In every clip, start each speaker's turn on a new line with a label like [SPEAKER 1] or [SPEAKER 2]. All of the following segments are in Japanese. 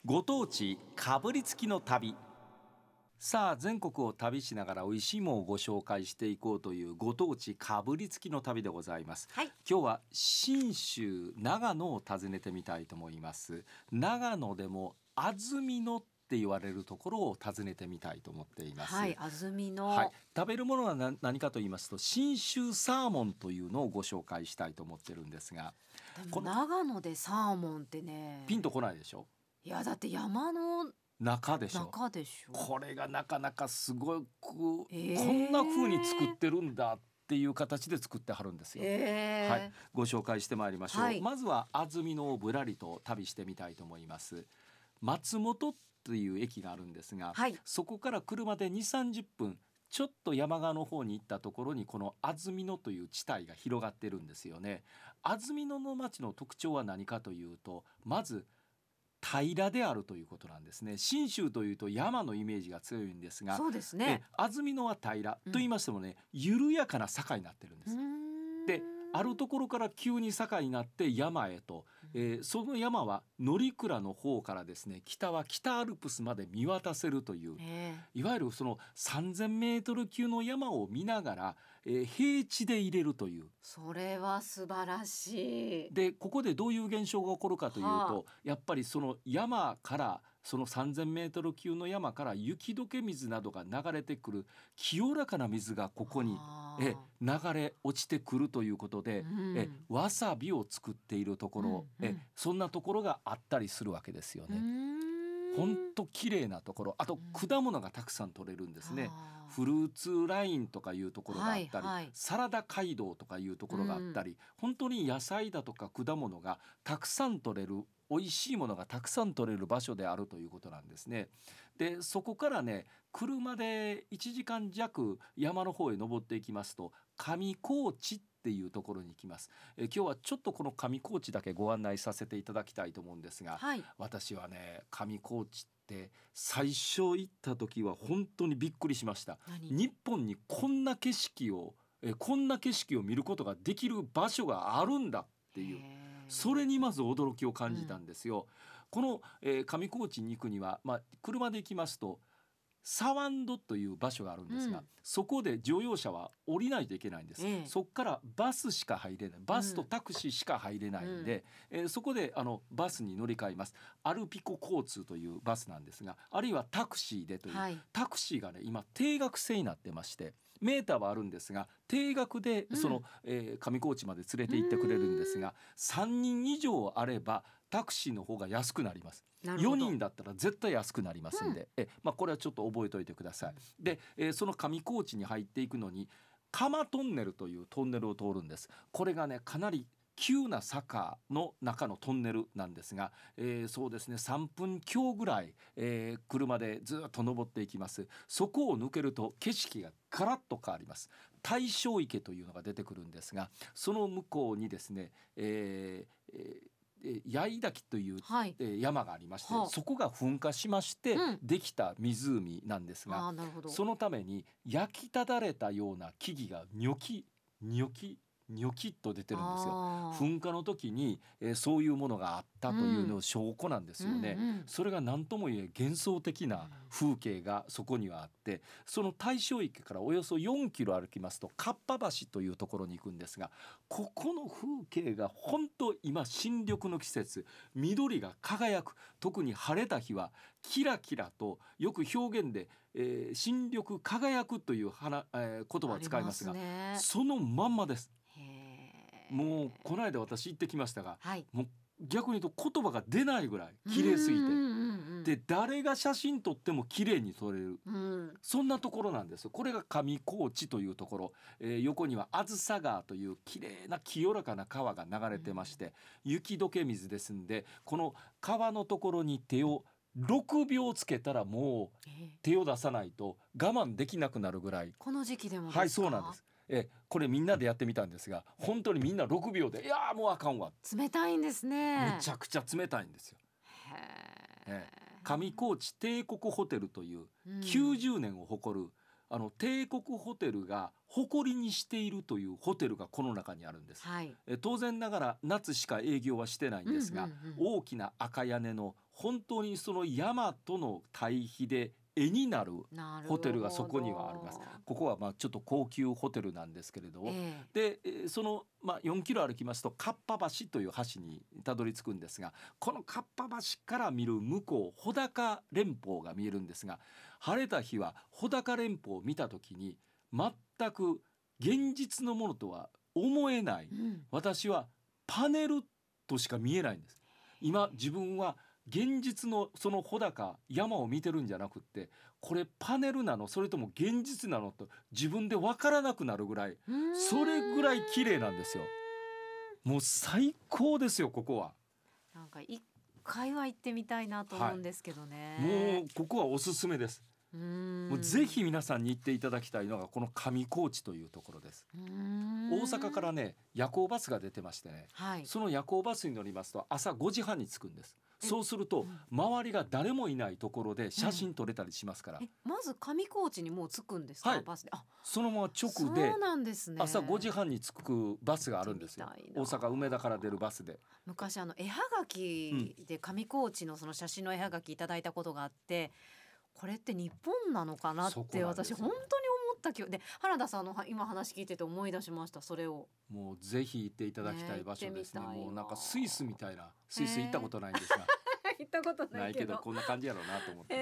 [SPEAKER 1] ご当地かぶりつきの旅。さあ、全国を旅しながら美味しいものをご紹介していこうというご当地かぶりつきの旅でございます。
[SPEAKER 2] はい、
[SPEAKER 1] 今日は信州長野を訪ねてみたいと思います。長野でも安曇野って言われるところを訪ねてみたいと思っています。
[SPEAKER 2] はい、安曇野、
[SPEAKER 1] はい、食べるものは何かと言いますと、信州サーモンというのをご紹介したいと思ってるんですが、
[SPEAKER 2] でも
[SPEAKER 1] この
[SPEAKER 2] 長野でサーモンってね、
[SPEAKER 1] ピンとこないでしょ。
[SPEAKER 2] いやだって山の
[SPEAKER 1] 中でしょ。
[SPEAKER 2] 中でしょ。
[SPEAKER 1] これがなかなかすごく、こ
[SPEAKER 2] ー
[SPEAKER 1] んな風に作ってるんだっていう形で作ってはるんですよ。はい、ご紹介してまいりましょう。
[SPEAKER 2] はい、
[SPEAKER 1] まずは安曇野をぶらりと旅してみたいと思います。松本っていう駅があるんですが、
[SPEAKER 2] はい、
[SPEAKER 1] そこから車で2、30分ちょっと山側の方に行ったところにこの安曇野という地帯が広がってるんですよね。安曇野の町の特徴は何かというと、まず平らであるということなんですね。信州というと山のイメージが強いんですが、
[SPEAKER 2] そうですね。
[SPEAKER 1] 安曇野は平らと言いましてもね、緩やかな坂になってるんです。で、あるところから急に坂になって山へと、その山は乗鞍の方からですね、北は北アルプスまで見渡せるという、いわゆるその3000メートル級の山を見ながら、平地で入れるという。
[SPEAKER 2] それは素晴らしい。
[SPEAKER 1] で、ここでどういう現象が起こるかというと、やっぱりその山からその3000メートル級の山から雪解け水などが流れてくる清らかな水がここに流れ落ちてくるということで、わさびを作っているところ、そんなところがあったりするわけですよね。ほんと綺麗なところ、あと果物がたくさん取れるんですね。フルーツラインとかいうところがあったり、サラダ街道とかいうところがあったり、本当に野菜だとか果物がたくさん取れる、美味しいものがたくさん取れる場所であるということなんですね。で、そこからね、車で1時間弱山の方へ登っていきますと、上高地っていうところに行きます。今日はちょっとこの上高地だけご案内させていただきたいと思うんですが、私はね、上高地って最初行った時は本当にびっくりしました。日本にこんな景色を見ることができる場所があるんだっていう、それにまず驚きを感じたんですよ。この、上高地に行くには、車で行きますとサワンドという場所があるんですが、そこで乗用車は降りないといけないんです。そこからバスしか入れない、バスとタクシーしか入れないんで、そこでバスに乗り換えます。アルピコ交通というバスなんですが、あるいはタクシーでという、タクシーがね今定額制になってまして、メーターはあるんですが定額でその、上高地まで連れて行ってくれるんですが、3人以上あればタクシーの方が安くなります。4人だったら絶対安くなりますんで、これはちょっと覚えておいてください。で、その上高地に入っていくのに釜トンネルというトンネルを通るんです。これがねかなり急な坂の中のトンネルなんですが、そうですね、3分強ぐらい、車でずっと登っていきます。そこを抜けると景色がガラッと変わります。大正池というのが出てくるんですが、その向こうにですね、八重滝という、山がありまして、そこが噴火しましてできた湖なんですが、そのために焼きただれたような木々がニョキニョキニョキッと出てるんですよ。噴火の時に、そういうものがあったというの証拠なんですよね。それが何とも言え幻想的な風景がそこにはあって、その大正池からおよそ4キロ歩きますとかっぱ橋というところに行くんですが、ここの風景が本当今新緑の季節、緑が輝く、特に晴れた日はキラキラと、よく表現で、新緑輝くという言葉を使いますが、そのまんまです。もうこの間私行ってきましたが、もう逆に言うと言葉が出ないぐらい綺麗すぎて、で誰が写真撮っても綺麗に撮れる、そんなところなんです。これが上高地というところ、横にはあずさ川という綺麗な清らかな川が流れてまして、雪解け水ですんで、この川のところに手を6秒つけたらもう手を出さないと我慢できなくなるぐらい。
[SPEAKER 2] この時期でもですか？
[SPEAKER 1] はい、そうなんです。これみんなでやってみたんですが、本当にみんな6秒で、いやもうあかんわ、
[SPEAKER 2] 冷たいんですね。
[SPEAKER 1] めちゃくちゃ冷たいんですよ。上高地帝国ホテルという90年を誇る、帝国ホテルが誇りにしているというホテルがこの中にあるんです。当然ながら夏しか営業はしてないんですが、大きな赤屋根の本当にその山との対比で絵になるホテルがそこにはあります。ここはちょっと高級ホテルなんですけれど、でその4キロ歩きますとかっぱ橋という橋にたどり着くんですが、このかっぱ橋から見る向こう穂高連峰が見えるんですが、晴れた日は穂高連峰を見た時に全く現実のものとは思えない、私はパネルとしか見えないんです。今自分は現実のその穂高山を見てるんじゃなくって、これパネルなのそれとも現実なのと自分で分からなくなるぐらい、それぐらい綺麗なんですよ。もう最高ですよここは。
[SPEAKER 2] なんか一回は行ってみたいなと思うんですけどね、
[SPEAKER 1] もうここはおすすめです。もうぜひ皆さんに行っていただきたいのがこの上高地というところです。大阪からね夜行バスが出てましてね、その夜行バスに乗りますと朝5時半に着くんです。そうすると周りが誰もいないところで写真撮れたりしますから、
[SPEAKER 2] まず上高地にもう着くんですか、バスで。
[SPEAKER 1] そのまま直で
[SPEAKER 2] そうなんですね。
[SPEAKER 1] 朝5時半に着くバスがあるんですよ。大阪梅田から出るバスで。
[SPEAKER 2] 昔絵はがきで上高地のその写真の絵はがきいただいたことがあって、これって日本なのかなって私本当に思った記憶で、原田さんの今話聞いてて思い出しました。それを
[SPEAKER 1] もうぜひ行っていただきたい場所ですね。もうなんかスイスみたいな、スイス行ったことないんですが
[SPEAKER 2] 行ったことないけど
[SPEAKER 1] こんな感じやろうなと思って、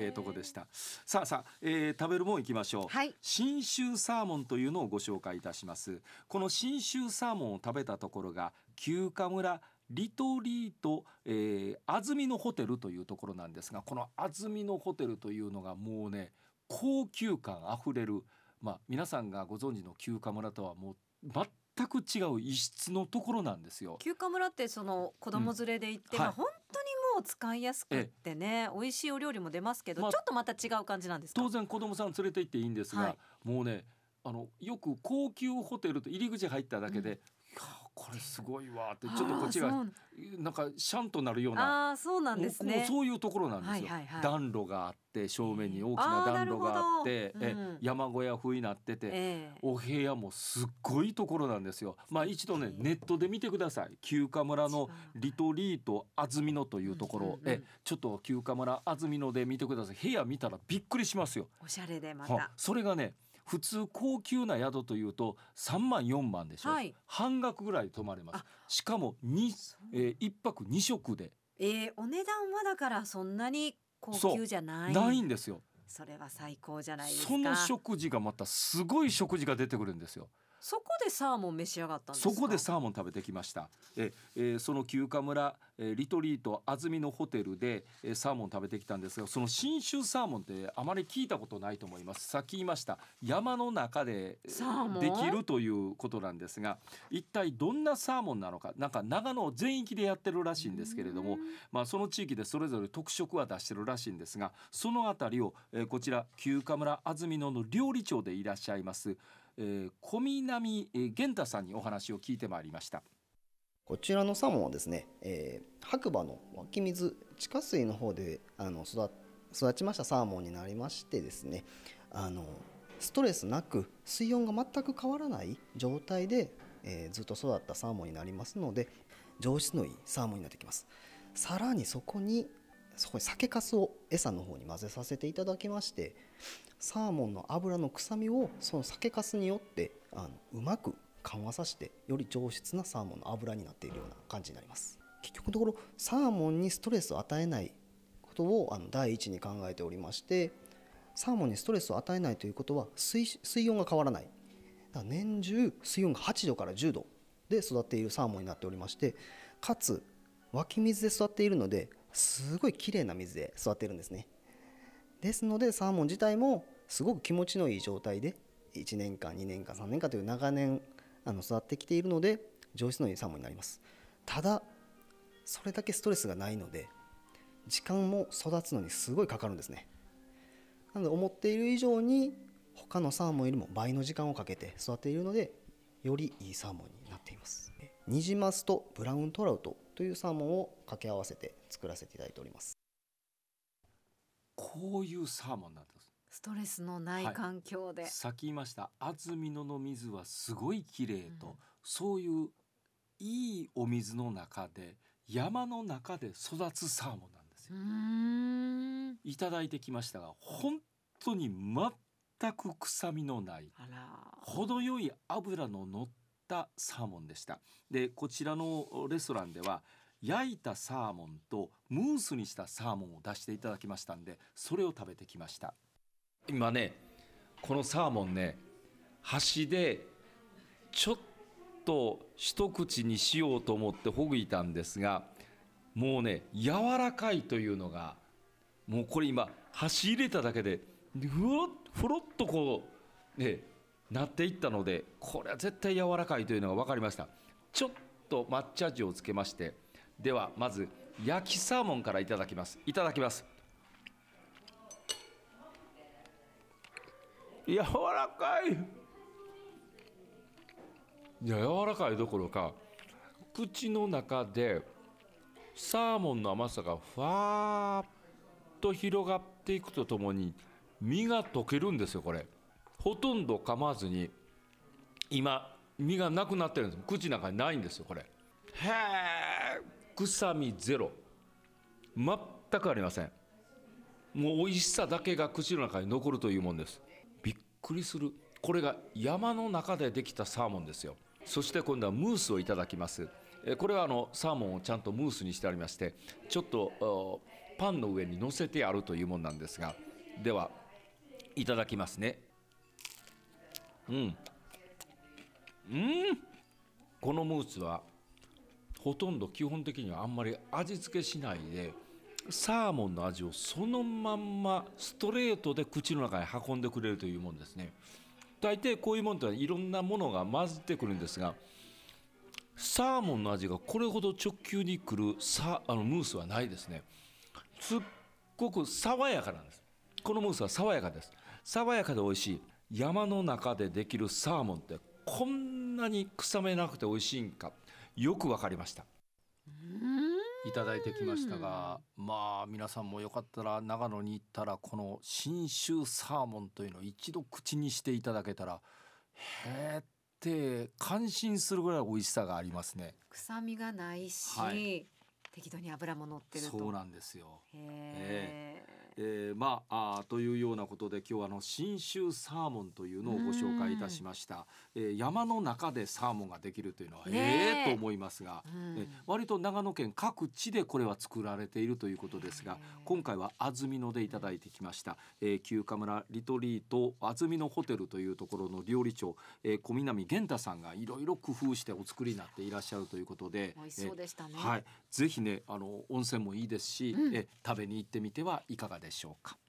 [SPEAKER 1] とこでした。さあ、食べるもん行きましょう、信州サーモンというのをご紹介いたします。この信州サーモンを食べたところが休暇村リトリート、安曇野ホテルというところなんですが、この安曇野ホテルというのがもうね高級感あふれる、皆さんがご存知の休暇村とはもう全く違う一室のところなんですよ。
[SPEAKER 2] 休暇村ってその子供連れで行って、本当にもう使いやすくってね、美味しいお料理も出ますけど、ちょっとまた違う感じなんですか。
[SPEAKER 1] 当然子供さん連れて行っていいんですが、もうねよく高級ホテルと入り口入っただけで、これすごいわってちょっとこっちがなんかシャンとなるような、
[SPEAKER 2] そうなんですね。
[SPEAKER 1] もうそういうところなんですよ。暖炉があって正面に大きな暖炉があって、山小屋風になってて、お部屋もすっごいところなんですよ。一度ねネットで見てください。休暇村のリトリート安曇野というところ、ちょっと休暇村安曇野で見てください。部屋見たらびっくりしますよ。
[SPEAKER 2] おしゃれでまた。
[SPEAKER 1] それがね普通高級な宿というと3万4万でしょ、半額ぐらいで泊まれます。しかも1泊2食で、
[SPEAKER 2] お値段はだからそんなに高級じゃない
[SPEAKER 1] んですよ。
[SPEAKER 2] それは最高じゃないですか。
[SPEAKER 1] その食事がまたすごい食事が出てくるんですよ。
[SPEAKER 2] そこでサーモン召し上がったんですか。
[SPEAKER 1] そこでサーモン食べてきました。その休暇村、リトリート安曇野ホテルで、サーモン食べてきたんですが、その信州サーモンってあまり聞いたことないと思います。さっき言いました山の中でできるということなんですが、一体どんなサーモンなのか、なんか長野全域でやってるらしいんですけれども、その地域でそれぞれ特色は出してるらしいんですが、そのあたりを、こちら休暇村安曇野の料理長でいらっしゃいます小南源太さんにお話を聞いてまいりました。
[SPEAKER 3] こちらのサーモンはですね、白馬の湧き水地下水の方で育ちましたサーモンになりましてですね、ストレスなく水温が全く変わらない状態で、ずっと育ったサーモンになりますので、上質のいいサーモンになってきます。さらにそこに酒粕を餌の方に混ぜさせていただきまして、サーモンの脂の臭みをその酒粕によってうまく緩和させて、より上質なサーモンの脂になっているような感じになります。結局のところサーモンにストレスを与えないことを第一に考えておりまして、サーモンにストレスを与えないということは水温が変わらない、だから年中水温が8度から10度で育っているサーモンになっておりまして、かつ湧き水で育っているのですごいきれいな水で育っているんですね。ですのでサーモン自体もすごく気持ちのいい状態で1年間2年間3年間という長年育ってきているので、上質のいいサーモンになります。ただそれだけストレスがないので時間も育つのにすごいかかるんですね。なので思っている以上に他のサーモンよりも倍の時間をかけて育っているので、よりいいサーモンになっています。ニジマスとブラウントラウトというサーモンを掛け合わせて作らせていただいております。
[SPEAKER 1] こういうサーモンなんです。
[SPEAKER 2] ストレスのない環境で、
[SPEAKER 1] さっき言いました安曇野の水はすごいきれいと、そういういいお水の中で山の中で育つサーモンなんですよ。いただいてきましたが、本当に全く臭みのない程よい脂の乗ったサーモンでした。でこちらのレストランでは焼いたサーモンとムースにしたサーモンを出していただきましたんで、それを食べてきました。今ねこのサーモンね、箸でちょっと一口にしようと思ってほぐいたんですが、もうね柔らかいというのが、もうこれ今箸入れただけでふろっとこうねなっていったので、これは絶対柔らかいというのが分かりました。ちょっと抹茶味をつけまして、ではまず焼きサーモンからいただきます。いただきます。柔らかい。柔らかいどころか、口の中でサーモンの甘さがふわーっと広がっていくとともに身が溶けるんですよ。これほとんど噛まずに今身がなくなってるんです。口の中にないんですよこれ。へえ、臭みゼロ、全くありません。もう美味しさだけが口の中に残るというもんです。びっくりする。これが山の中でできたサーモンですよ。そして今度はムースをいただきます。これはサーモンをちゃんとムースにしてありまして、ちょっとパンの上に乗せてあるというものなんですが、ではいただきますね。このムースはほとんど基本的にはあんまり味付けしないで、サーモンの味をそのまんまストレートで口の中に運んでくれるというものですね。大抵こういうものっていろんなものが混じってくるんですが、サーモンの味がこれほど直球にくるムースはないですね。すっごく爽やかなんです。このムースは爽やかです。爽やかで美味しい。山の中でできるサーモンってこんなに臭めなくて美味しいんか、よくわかりました。いただいてきましたが、まあ皆さんもよかったら長野に行ったらこの信州サーモンというのを一度口にしていただけたら、へーって感心するぐらい美味しさがありますね。
[SPEAKER 2] 臭みがないし、はい、適度に脂も乗ってると。
[SPEAKER 1] そうなんですよ。まあというようなことで今日は信州サーモンというのをご紹介いたしました。山の中でサーモンができるというのはと思いますが、割と長野県各地でこれは作られているということですが、今回は安曇野でいただいてきました、旧河村リトリート安曇野ホテルというところの料理長、小南源太さんがいろいろ工夫してお作りになっていらっしゃるということで、
[SPEAKER 2] 美味しそうでしたね。
[SPEAKER 1] はい、ぜひね温泉もいいですし、食べに行ってみてはいかがでしょうか。